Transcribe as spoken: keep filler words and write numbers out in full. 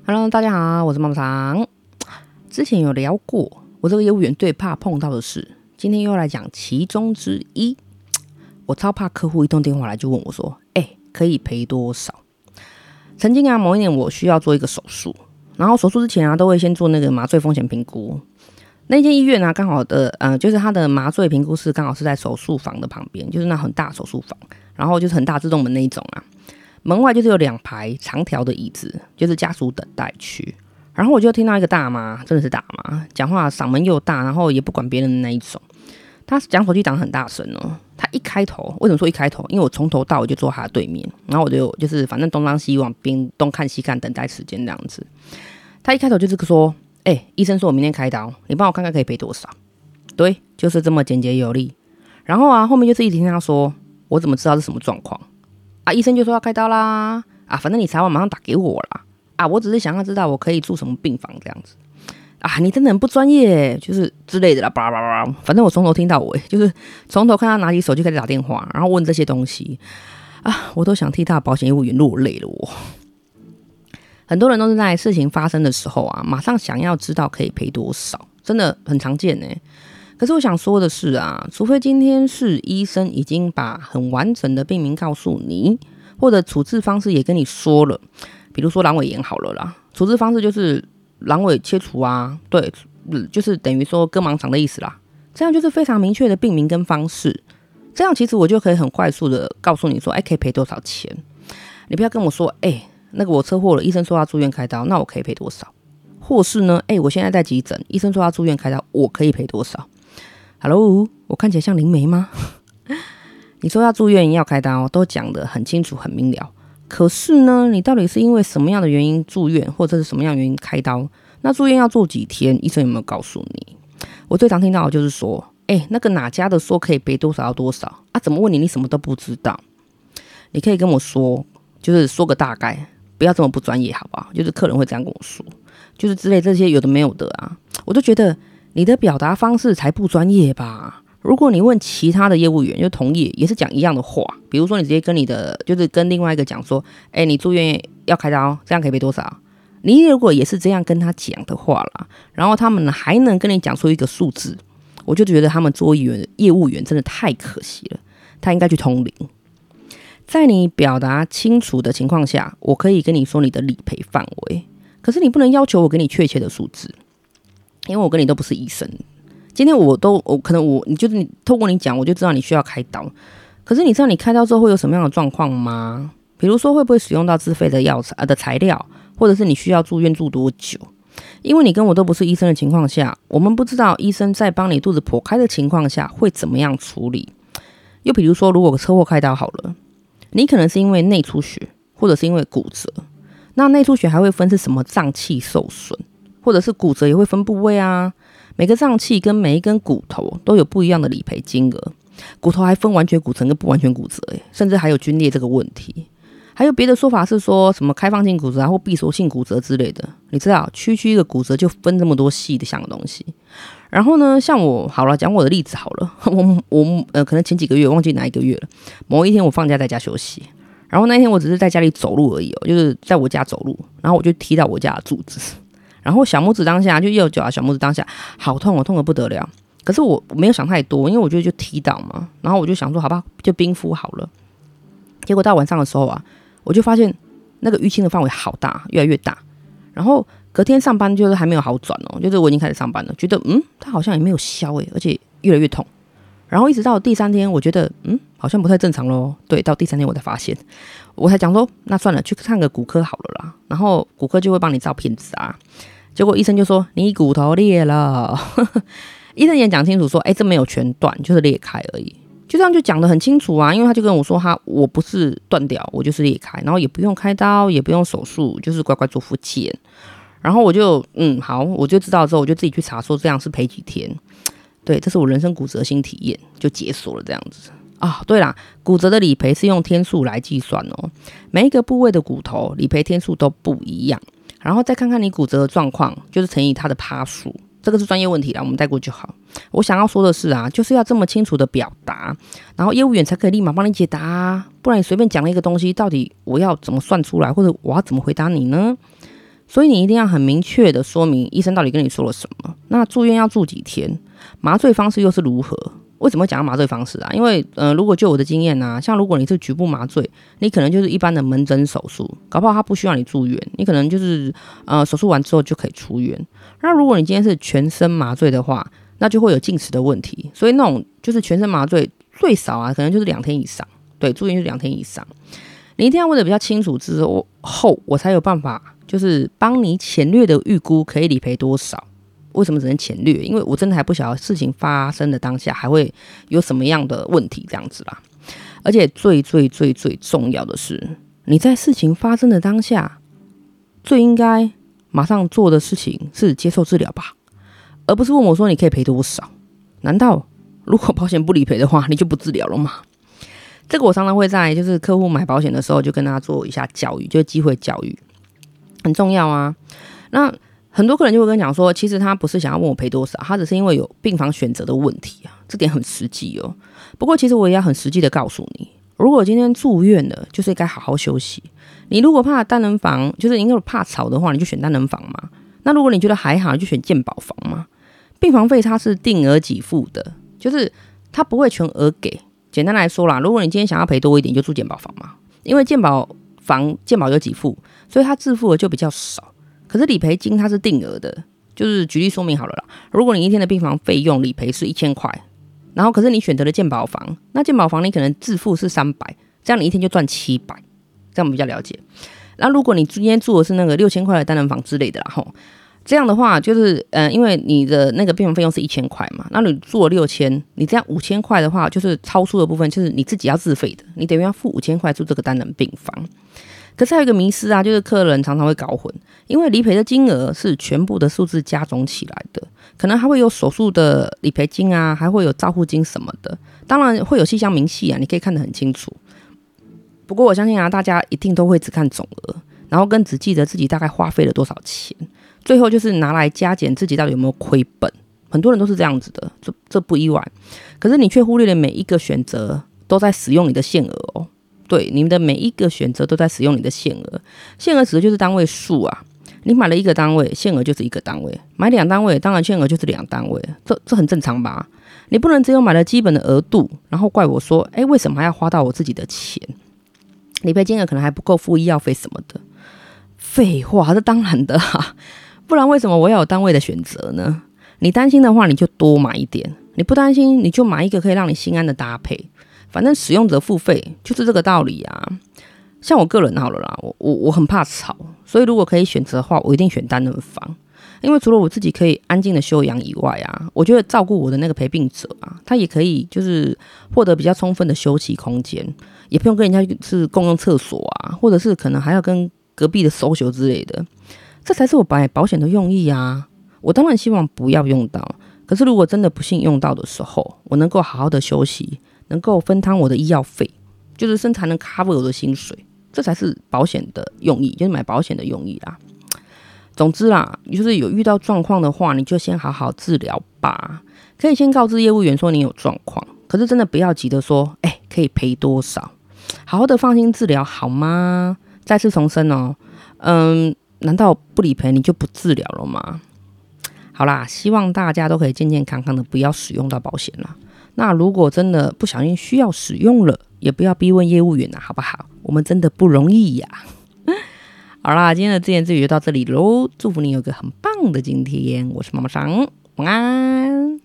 Hello， 大家好，我是妈妈桑。之前有聊过，我这个业务员最怕碰到的事，今天又要来讲其中之一。我超怕客户一通电话来就问我说：“哎、欸，可以赔多少？”曾经啊，某一年我需要做一个手术，然后手术之前啊，都会先做那个麻醉风险评估。那间医院啊，刚好的，呃，就是它的麻醉评估室刚好是在手术房的旁边，就是那很大手术房，然后就是很大自动门那一种啊。门外就是有两排长条的椅子，就是家属等待区。然后我就听到一个大妈，真的是大妈，讲话嗓门又大，然后也不管别人的那一种。她讲手机讲得很大声哦。她一开头，为什么说一开头？因为我从头到尾就坐她的对面，然后我就就是反正东张西望，边东看西看，等待时间这样子。她一开头就是说：“哎、欸，医生说我明天开刀，你帮我看看可以赔多少？”对，就是这么简洁有力。然后啊，后面就是一直听她说：“我怎么知道是什么状况？”啊，医生就说要开刀啦，啊，反正你查完马上打给我啦，啊，我只是想要知道我可以住什么病房这样子，啊，你真的很不专业，就是之类的啦，巴拉巴拉，反正我从头听到尾，就是从头看他拿起手机开始打电话，然后问这些东西，啊，我都想替他的保险业务员落泪了我。很多人都是在事情发生的时候啊，马上想要知道可以赔多少，真的很常见呢、欸。可是我想说的是啊，除非今天是医生已经把很完整的病名告诉你，或者处置方式也跟你说了，比如说阑尾炎好了啦，处置方式就是阑尾切除啊，对，就是等于说割盲肠的意思啦，这样就是非常明确的病名跟方式，这样其实我就可以很快速的告诉你说，哎，可以赔多少钱。你不要跟我说，哎，那个我车祸了，医生说要住院开刀，那我可以赔多少？或是呢，哎，我现在在急诊，医生说要住院开刀，我可以赔多少？Hello， 我看起来像灵媒吗？你说要住院要开刀，都讲得很清楚很明了。可是呢，你到底是因为什么样的原因住院，或者是什么样的原因开刀？那住院要住几天？医生有没有告诉你？我最常听到的就是说，哎、欸，那个哪家的说可以赔多少要多少啊？怎么问你，你什么都不知道？你可以跟我说，就是说个大概，不要这么不专业，好不好？就是客人会这样跟我说，就是之类这些有的没有的啊，我就觉得。你的表达方式才不专业吧？如果你问其他的业务员，就同业也是讲一样的话，比如说你直接跟你的，就是跟另外一个讲说，哎、欸，你住院要开刀，这样可以赔多少？你如果也是这样跟他讲的话啦，然后他们还能跟你讲出一个数字，我就觉得他们做业务员真的太可惜了，他应该去通灵。在你表达清楚的情况下，我可以跟你说你的理赔范围，可是你不能要求我给你确切的数字。因为我跟你都不是医生，今天我都我可能我你就是你透过你讲，我就知道你需要开刀。可是你知道你开刀之后会有什么样的状况吗？比如说会不会使用到自费的药材、呃、的材料，或者是你需要住院住多久？因为你跟我都不是医生的情况下，我们不知道医生在帮你肚子剖开的情况下会怎么样处理。又比如说，如果车祸开刀好了，你可能是因为内出血，或者是因为骨折，那内出血还会分是什么脏器受损。或者是骨折也会分部位啊，每个脏器跟每一根骨头都有不一样的理赔金额，骨头还分完全骨折跟不完全骨折、欸，甚至还有皲裂这个问题。还有别的说法是说什么开放性骨折啊或闭锁性骨折之类的，你知道区区一个骨折就分这么多细的项的东西。然后呢，像我好了，讲我的例子好了，我我呃可能前几个月忘记哪一个月了，某一天我放假在家休息，然后那一天我只是在家里走路而已哦，就是在我家走路，然后我就踢到我家的柱子。然后小拇指当下就右脚啊，小拇指当下好痛哦，痛得不得了。可是我没有想太多，因为我觉得就踢到嘛。然后我就想说，好吧，就冰敷好了。结果到晚上的时候啊，我就发现那个淤青的范围好大，越来越大。然后隔天上班就是还没有好转哦，就是我已经开始上班了，觉得嗯，它好像也没有消诶，而且越来越痛。然后一直到第三天，我觉得嗯，好像不太正常咯。对，到第三天我才发现，我才讲说，那算了，去看个骨科好了啦。然后骨科就会帮你照片子啊。结果医生就说你骨头裂了，医生也讲清楚说，哎、欸，这没有全断，就是裂开而已，就这样就讲得很清楚啊。因为他就跟我说他我不是断掉，我就是裂开，然后也不用开刀，也不用手术，就是乖乖做复健。然后我就嗯好，我就知道之后，我就自己去查说这样是赔几天。对，这是我人生骨折新体验，就解锁了这样子啊。对啦，骨折的理赔是用天数来计算哦，每一个部位的骨头理赔天数都不一样。然后再看看你骨折的状况，就是乘以它的趴数，这个是专业问题啦，我们带过就好。我想要说的是啊，就是要这么清楚的表达，然后业务员才可以立马帮你解答啊，不然你随便讲了一个东西，到底我要怎么算出来，或者我要怎么回答你呢？ 所以你一定要很明确的说明医生到底跟你说了什么。那住院要住几天？麻醉方式又是如何？为什么会讲到麻醉方式啊？因为呃，如果就我的经验啊，像如果你是局部麻醉，你可能就是一般的门诊手术，搞不好他不需要你住院，你可能就是呃手术完之后就可以出院。那如果你今天是全身麻醉的话，那就会有进食的问题，所以那种就是全身麻醉最少啊，可能就是两天以上，对，住院就是两天以上。你一定要问的比较清楚之后，我才有办法就是帮你浅略的预估可以理赔多少。为什么只能浅略？因为我真的还不晓得事情发生的当下还会有什么样的问题这样子啦。而且最最最最重要的是，你在事情发生的当下，最应该马上做的事情是接受治疗吧，而不是问我说你可以赔多少。难道如果保险不理赔的话，你就不治疗了吗？这个我常常会在就是客户买保险的时候就跟他做一下教育，就是机会教育，很重要啊。那很多客人就会跟我讲说，其实他不是想要问我赔多少，他只是因为有病房选择的问题啊，这点很实际哦。不过其实我也要很实际的告诉你，如果今天住院了，就是该好好休息。你如果怕单人房，就是你如果怕吵的话，你就选单人房嘛。那如果你觉得还好，你就选健保房嘛。病房费它是定额给付的，就是它不会全额给。简单来说啦，如果你今天想要赔多一点，就住健保房嘛，因为健保房健保有给付，所以它自付的就比较少。可是理赔金它是定额的，就是举例说明好了啦。如果你一天的病房费用理赔是一千块，然后可是你选择了健保房，那健保房你可能自付是三百，这样你一天就赚七百，这样比较了解。然后如果你今天住的是那个六千块的单人房之类的啦，吼，这样的话就是呃，因为你的那个病房费用是一千块嘛，那你住了六千，你这样五千块的话，就是超出的部分就是你自己要自费的，你等于要付五千块住这个单人病房。可是还有一个迷思啊，就是客人常常会搞混，因为理赔的金额是全部的数字加总起来的，可能还会有手术的理赔金啊，还会有照护金什么的，当然会有细项明细啊，你可以看得很清楚。不过我相信啊，大家一定都会只看总额，然后跟只记得自己大概花费了多少钱，最后就是拿来加减自己到底有没有亏本。很多人都是这样子的，这这不意外。可是你却忽略了每一个选择都在使用你的限额哦。对，你们的每一个选择都在使用你的限额，限额指的就是单位数啊。你买了一个单位，限额就是一个单位；买两单位，当然限额就是两单位。这这很正常吧？你不能只有买了基本的额度，然后怪我说，哎，为什么还要花到我自己的钱？理赔金额可能还不够付医药费什么的。废话，这当然的啊，不然为什么我要有单位的选择呢？你担心的话，你就多买一点；你不担心，你就买一个可以让你心安的搭配。反正使用者付费就是这个道理啊。像我个人好了啦，我我我很怕吵，所以如果可以选择的话，我一定选单人房。因为除了我自己可以安静的休养以外啊，我觉得照顾我的那个陪病者啊，他也可以就是获得比较充分的休息空间，也不用跟人家是共用厕所啊，或者是可能还要跟隔壁的social之类的，这才是我买保险的用意啊。我当然希望不要用到，可是如果真的不幸用到的时候，我能够好好的休息，能够分摊我的医药费，就是生产能 cover 我的薪水，这才是保险的用意，就是买保险的用意啦。总之啦，就是有遇到状况的话，你就先好好治疗吧。可以先告知业务员说你有状况，可是真的不要急着说，哎、欸，可以赔多少？好好的放心治疗好吗？再次重申哦，嗯，难道不理赔你就不治疗了吗？好啦，希望大家都可以健健康康的，不要使用到保险啦。那如果真的不小心需要使用了，也不要逼问业务员啊，好不好？我们真的不容易呀、啊。好啦，今天的自言自语就到这里喽，祝福你有个很棒的今天。我是妈妈桑，晚安。